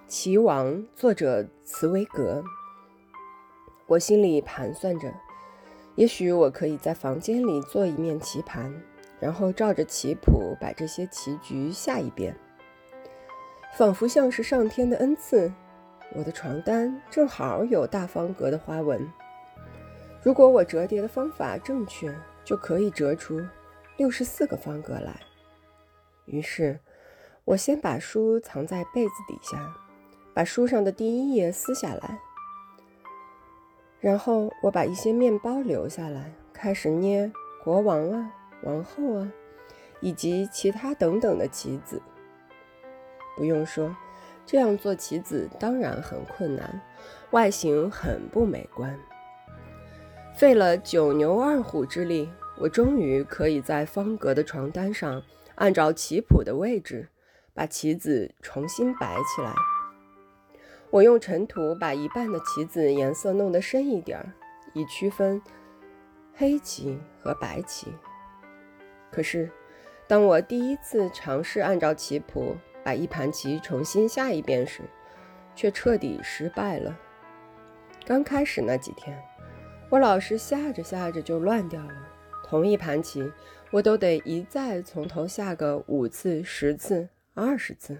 棋王，作者茨维格。我心里盘算着，也许我可以在房间里做一面棋盘，然后照着棋谱把这些棋局下一遍。仿佛像是上天的恩赐，我的床单正好有大方格的花纹。如果我折叠的方法正确，就可以折出64个方格来。于是我先把书藏在被子底下，把书上的第一页撕下来，然后我把一些面包留下来，开始捏国王啊、王后啊，以及其他等等的棋子。不用说，这样做棋子当然很困难，外形很不美观。费了9牛2虎之力，我终于可以在方格的床单上按照棋谱的位置把棋子重新摆起来。我用尘土把一半的棋子颜色弄得深一点，以区分黑棋和白棋。可是当我第一次尝试按照棋谱把一盘棋重新下一遍时，却彻底失败了。刚开始那几天，我老是下着下着就乱掉了，同一盘棋我都得一再从头下个5次、10次、20次。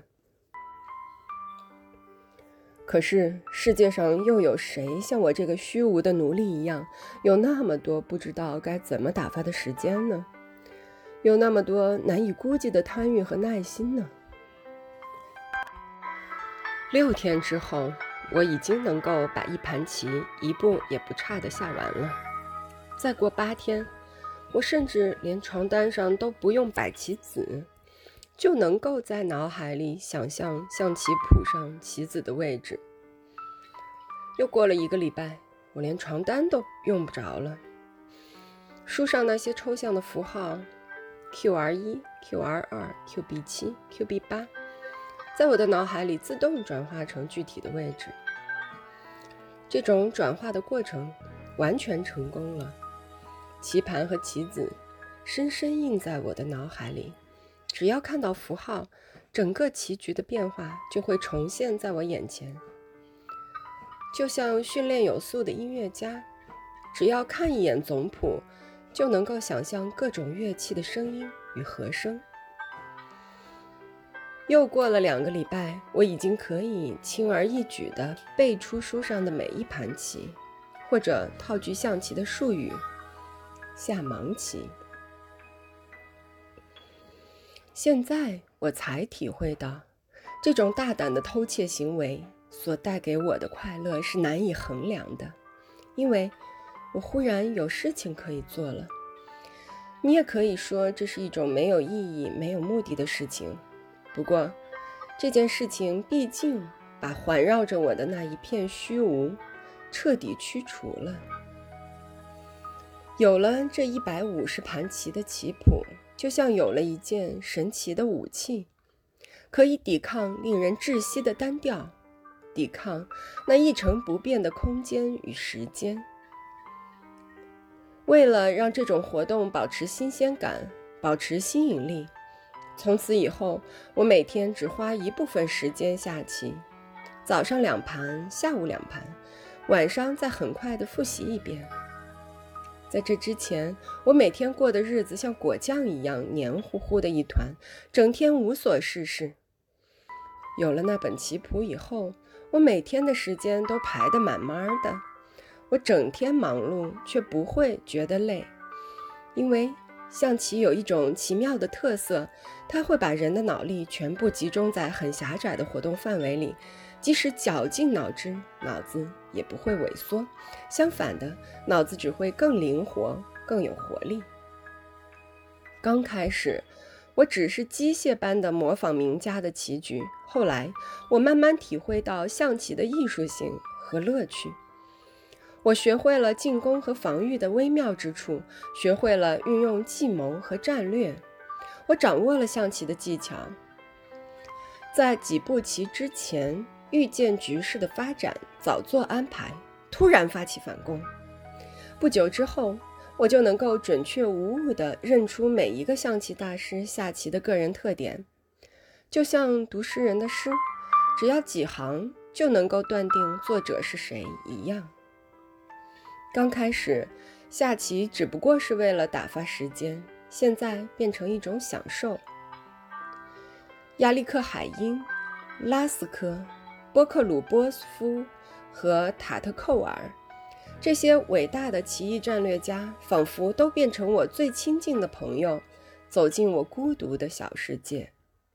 可是世界上又有谁像我这个虚无的奴隶一样，有那么多不知道该怎么打发的时间呢？有那么多难以估计的贪欲和耐心呢？6天之后，我已经能够把一盘棋一步也不差地下完了。再过8天，我甚至连床单上都不用摆棋子，就能够在脑海里想象象棋谱上棋子的位置。又过了1个礼拜，我连床单都用不着了。书上那些抽象的符号 QR1、QR2、QB7、QB8 在我的脑海里自动转化成具体的位置。这种转化的过程完全成功了，棋盘和棋子深深印在我的脑海里，只要看到符号，整个棋局的变化就会重现在我眼前。就像训练有素的音乐家，只要看一眼总谱，就能够想象各种乐器的声音与和声。又过了2个礼拜，我已经可以轻而易举地背出书上的每一盘棋，或者套句象棋的术语，下盲棋。现在我才体会到，这种大胆的偷窃行为所带给我的快乐是难以衡量的，因为我忽然有事情可以做了。你也可以说这是一种没有意义、没有目的的事情，不过这件事情毕竟把环绕着我的那一片虚无彻底驱除了。有了这150盘棋的棋谱，就像有了一件神奇的武器，可以抵抗令人窒息的单调，抵抗那一成不变的空间与时间。为了让这种活动保持新鲜感，保持新颖力，从此以后，我每天只花一部分时间下棋，早上2盘，下午2盘，晚上再很快地复习一遍。在这之前，我每天过的日子像果酱一样黏糊糊的一团，整天无所事事。有了那本棋谱以后，我每天的时间都排得满满的，我整天忙碌却不会觉得累，因为象棋有一种奇妙的特色，它会把人的脑力全部集中在很狭窄的活动范围里，即使绞尽脑汁，脑子也不会萎缩，相反的，脑子只会更灵活，更有活力。刚开始，我只是机械般的模仿名家的棋局，后来我慢慢体会到象棋的艺术性和乐趣。我学会了进攻和防御的微妙之处，学会了运用计谋和战略，我掌握了象棋的技巧。在几步棋之前，预见局势的发展，早做安排，突然发起反攻。不久之后，我就能够准确无误地认出每一个象棋大师下棋的个人特点，就像读诗人的诗， 只要几行就能够断定作者是谁一样。刚开始，下棋只不过是为了打发时间，现在变成一种享受。亚历克海因、拉斯科、波克鲁波夫和塔特寇尔，这些伟大的棋艺战略家仿佛都变成我最亲近的朋友，走进我孤独的小世界。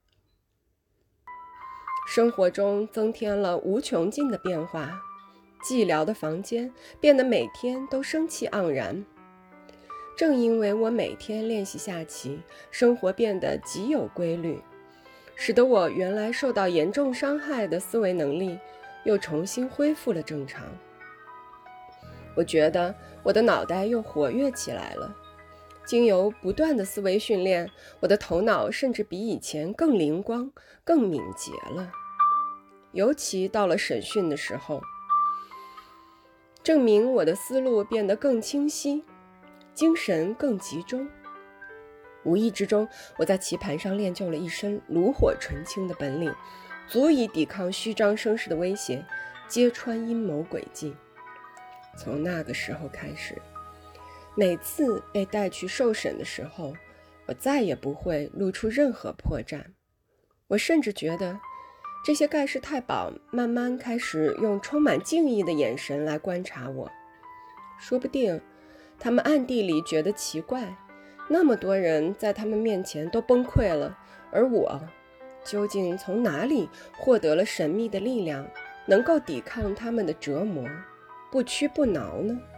生活中增添了无穷尽的变化，寂寥的房间变得每天都生气盎然。正因为我每天练习下棋，生活变得极有规律，使得我原来受到严重伤害的思维能力又重新恢复了正常。我觉得我的脑袋又活跃起来了，经由不断的思维训练，我的头脑甚至比以前更灵光、更敏捷了。尤其到了审讯的时候，证明我的思路变得更清晰，精神更集中。无意之中，我在棋盘上练就了一身炉火纯青的本领，足以抵抗虚张声势的威胁，揭穿阴谋诡计。从那个时候开始，每次被带去受审的时候，我再也不会露出任何破绽。我甚至觉得这些盖世太保慢慢开始用充满敬意的眼神来观察我，说不定他们暗地里觉得奇怪，那么多人在他们面前都崩溃了，而我究竟从哪里获得了神秘的力量，能够抵抗他们的折磨，不屈不挠呢？